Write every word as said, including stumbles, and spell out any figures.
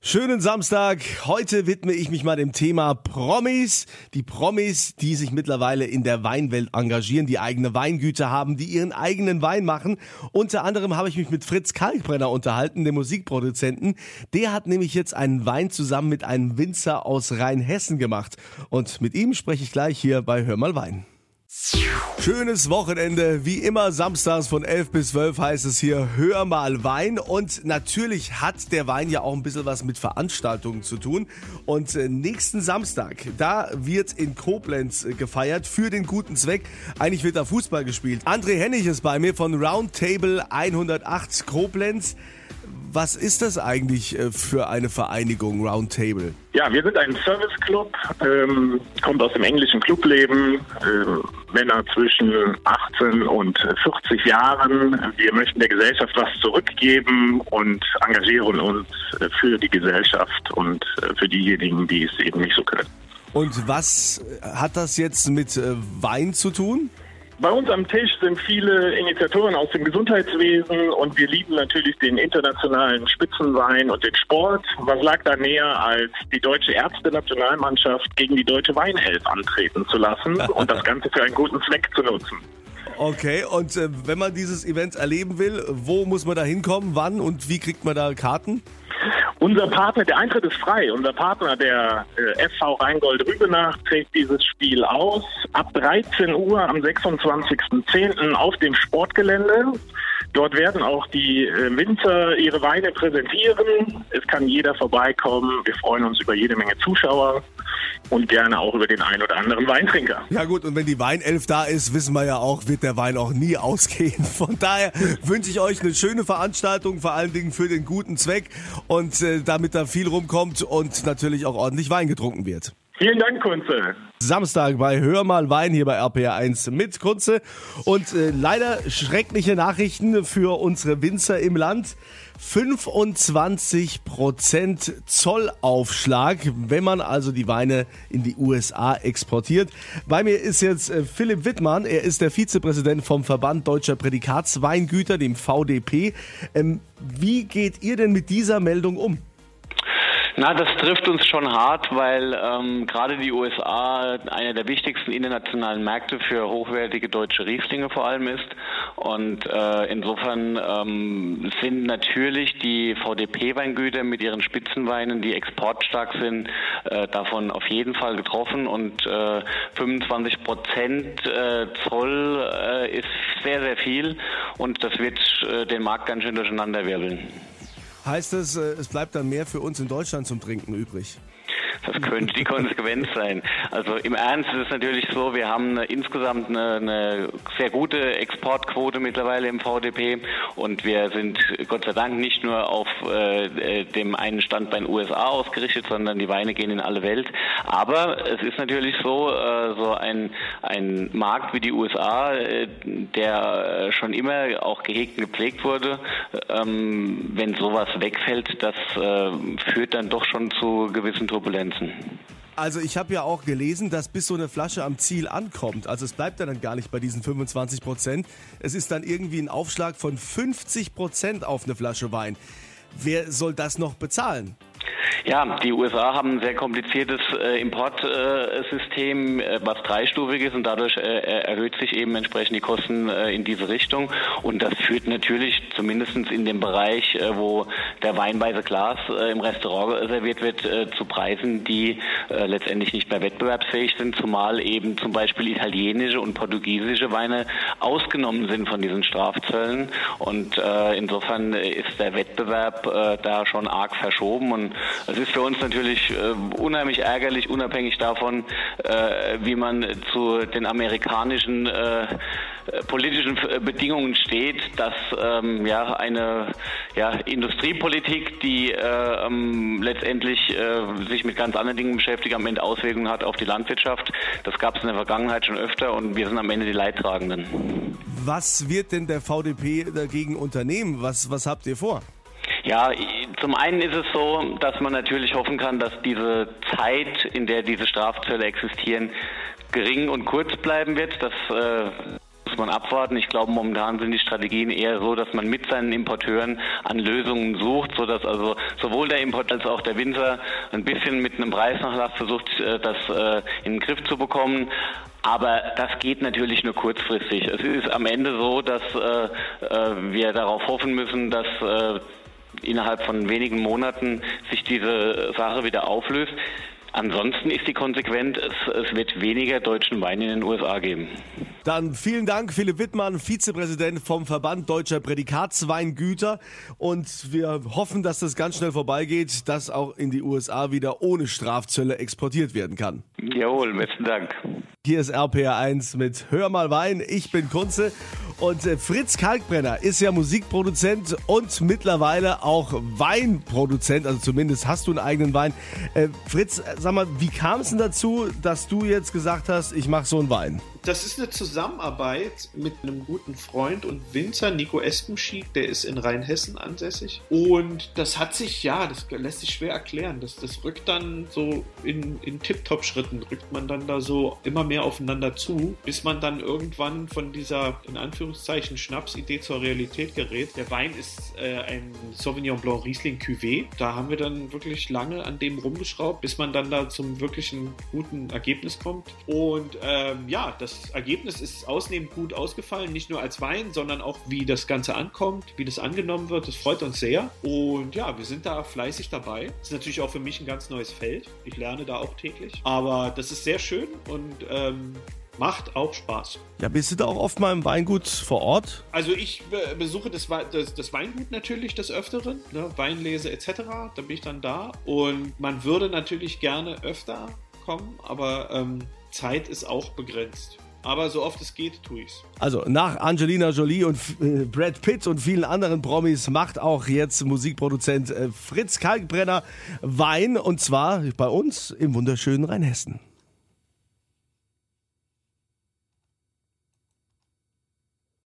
Schönen Samstag. Heute widme ich mich mal dem Thema Promis. Die Promis, die sich mittlerweile in der Weinwelt engagieren, die eigene Weingüter haben, die ihren eigenen Wein machen. Unter anderem habe ich mich mit Fritz Kalkbrenner unterhalten, dem Musikproduzenten. Der hat nämlich jetzt einen Wein zusammen mit einem Winzer aus Rheinhessen gemacht. Und mit ihm spreche ich gleich hier bei Hör mal Wein. Schönes Wochenende, wie immer samstags von elf bis zwölf heißt es hier Hör mal Wein, und natürlich hat der Wein ja auch ein bisschen was mit Veranstaltungen zu tun, und äh, nächsten Samstag, da wird in Koblenz äh, gefeiert für den guten Zweck. Eigentlich wird da Fußball gespielt. André Hennig ist bei mir von Roundtable hundertacht Koblenz. Was ist das eigentlich äh, für eine Vereinigung, Roundtable? Ja, wir sind ein Service-Club, ähm, kommt aus dem englischen Clubleben, äh, Männer zwischen achtzehn und vierzig Jahren. Wir möchten der Gesellschaft was zurückgeben und engagieren uns äh, für die Gesellschaft und äh, für diejenigen, die es eben nicht so können. Und was hat das jetzt mit äh, Wein zu tun? Bei uns am Tisch sind viele Initiatoren aus dem Gesundheitswesen, und wir lieben natürlich den internationalen Spitzenwein und den Sport. Was lag da näher, als die deutsche Ärzte-Nationalmannschaft gegen die deutsche Weinelf antreten zu lassen und das Ganze für einen guten Zweck zu nutzen? Okay, und äh, wenn man dieses Event erleben will, wo muss man da hinkommen, wann und wie kriegt man da Karten? Unser Partner, der Eintritt ist frei. Unser Partner, der äh, F V Rheingold-Rübenach, trägt dieses Spiel aus. Ab dreizehn Uhr am sechsundzwanzigsten zehnten auf dem Sportgelände. Dort werden auch die äh, Winzer ihre Weine präsentieren. Es kann jeder vorbeikommen. Wir freuen uns über jede Menge Zuschauer und gerne auch über den einen oder anderen Weintrinker. Ja gut, und wenn die Weinelf da ist, wissen wir ja auch, wird der Wein auch nie ausgehen. Von daher wünsche ich euch eine schöne Veranstaltung, vor allen Dingen für den guten Zweck, und äh, damit da viel rumkommt und natürlich auch ordentlich Wein getrunken wird. Vielen Dank, Kunze. Samstag bei Hör mal Wein hier bei R P R eins mit Kunze. Und äh, leider schreckliche Nachrichten für unsere Winzer im Land. fünfundzwanzig Prozent Zollaufschlag, wenn man also die Weine in die U S A exportiert. Bei mir ist jetzt äh, Philipp Wittmann. Er ist der Vizepräsident vom Verband Deutscher Prädikatsweingüter, dem V D P. Ähm, wie geht ihr denn mit dieser Meldung um? Na, das trifft uns schon hart, weil ähm, gerade die U S A einer der wichtigsten internationalen Märkte für hochwertige deutsche Rieslinge vor allem ist. Und äh, insofern ähm, sind natürlich die V D P-Weingüter mit ihren Spitzenweinen, die exportstark sind, äh, davon auf jeden Fall getroffen. Und äh, fünfundzwanzig Prozent äh, Zoll äh, ist sehr, sehr viel, und das wird äh, den Markt ganz schön durcheinanderwirbeln. Heißt das, es bleibt dann mehr für uns in Deutschland zum Trinken übrig? Das könnte die Konsequenz sein. Also im Ernst ist es natürlich so, wir haben eine, insgesamt eine, eine sehr gute Exportquote mittlerweile im V D P, und wir sind Gott sei Dank nicht nur auf äh, dem einen Standbein U S A ausgerichtet, sondern die Weine gehen in alle Welt. Aber es ist natürlich so, äh, so ein, ein Markt wie die U S A, äh, der schon immer auch gehegt und gepflegt wurde, ähm, wenn sowas wegfällt, das äh, führt dann doch schon zu gewissen Turbulenzen. Also ich habe ja auch gelesen, dass bis so eine Flasche am Ziel ankommt, also es bleibt ja dann gar nicht bei diesen fünfundzwanzig Prozent, es ist dann irgendwie ein Aufschlag von fünfzig Prozent auf eine Flasche Wein. Wer soll das noch bezahlen? Ja, die U S A haben ein sehr kompliziertes äh, Importsystem, äh, was dreistufig ist, und dadurch äh, erhöht sich eben entsprechend die Kosten äh, in diese Richtung. Und das führt natürlich zumindest in dem Bereich, äh, wo der weinweiße Glas äh, im Restaurant serviert wird, äh, zu Preisen, die äh, letztendlich nicht mehr wettbewerbsfähig sind, zumal eben zum Beispiel italienische und portugiesische Weine ausgenommen sind von diesen Strafzöllen. Und äh, insofern ist der Wettbewerb äh, da schon arg verschoben, und es ist für uns natürlich äh, unheimlich ärgerlich, unabhängig davon, äh, wie man zu den amerikanischen äh, politischen Bedingungen steht, dass ähm, ja eine ja, Industriepolitik, die äh, ähm, letztendlich äh, sich mit ganz anderen Dingen beschäftigt, am Ende Auswirkungen hat auf die Landwirtschaft. Das gab es in der Vergangenheit schon öfter, und wir sind am Ende die Leidtragenden. Was wird denn der V D P dagegen unternehmen? Was, was habt ihr vor? Ja, zum einen ist es so, dass man natürlich hoffen kann, dass diese Zeit, in der diese Strafzölle existieren, gering und kurz bleiben wird. Das äh, muss muss man abwarten. Ich glaube, momentan sind die Strategien eher so, dass man mit seinen Importeuren an Lösungen sucht, sodass also sowohl der Import als auch der Winzer ein bisschen mit einem Preisnachlass versucht, das in den Griff zu bekommen. Aber das geht natürlich nur kurzfristig. Es ist am Ende so, dass äh, wir darauf hoffen müssen, dass äh, innerhalb von wenigen Monaten sich diese Sache wieder auflöst. Ansonsten ist die Konsequenz, es, es wird weniger deutschen Wein in den U S A geben. Dann vielen Dank, Philipp Wittmann, Vizepräsident vom Verband Deutscher Prädikatsweingüter. Und wir hoffen, dass das ganz schnell vorbeigeht, dass auch in die U S A wieder ohne Strafzölle exportiert werden kann. Jawohl, besten Dank. Hier ist R P R eins mit Hör mal Wein. Ich bin Kunze. Und äh, Fritz Kalkbrenner ist ja Musikproduzent und mittlerweile auch Weinproduzent. Also zumindest hast du einen eigenen Wein. Äh, Fritz, sag mal, wie kam es denn dazu, dass du jetzt gesagt hast, ich mache so einen Wein? Das ist eine Zusammenarbeit mit einem guten Freund und Winzer, Nico Espenschied, der ist in Rheinhessen ansässig. Und das hat sich, ja, das lässt sich schwer erklären. Das, das rückt dann so in, in Tip-Top-Schritten, rückt man dann da so immer mehr aufeinander zu, bis man dann irgendwann von dieser, in Anführungszeichen, Schnapsidee zur Realität gerät. Der Wein ist äh, ein Sauvignon Blanc Riesling Cuvée. Da haben wir dann wirklich lange an dem rumgeschraubt, bis man dann da zum wirklichen guten Ergebnis kommt. Und ähm, ja, das Das Ergebnis ist ausnehmend gut ausgefallen, nicht nur als Wein, sondern auch wie das Ganze ankommt, wie das angenommen wird. Das freut uns sehr. Und ja, wir sind da fleißig dabei. Das ist natürlich auch für mich ein ganz neues Feld. Ich lerne da auch täglich. Aber das ist sehr schön und ähm, macht auch Spaß. Ja, bist du da auch oft mal im Weingut vor Ort? Also ich äh, besuche das, das, das Weingut natürlich des Öfteren, ne? Weinlese et cetera. Da bin ich dann da. Und man würde natürlich gerne öfter kommen, aber ähm, Zeit ist auch begrenzt. Aber so oft es geht, tue ich's. Also nach Angelina Jolie und äh, Brad Pitt und vielen anderen Promis macht auch jetzt Musikproduzent äh, Fritz Kalkbrenner Wein. Und zwar bei uns im wunderschönen Rheinhessen.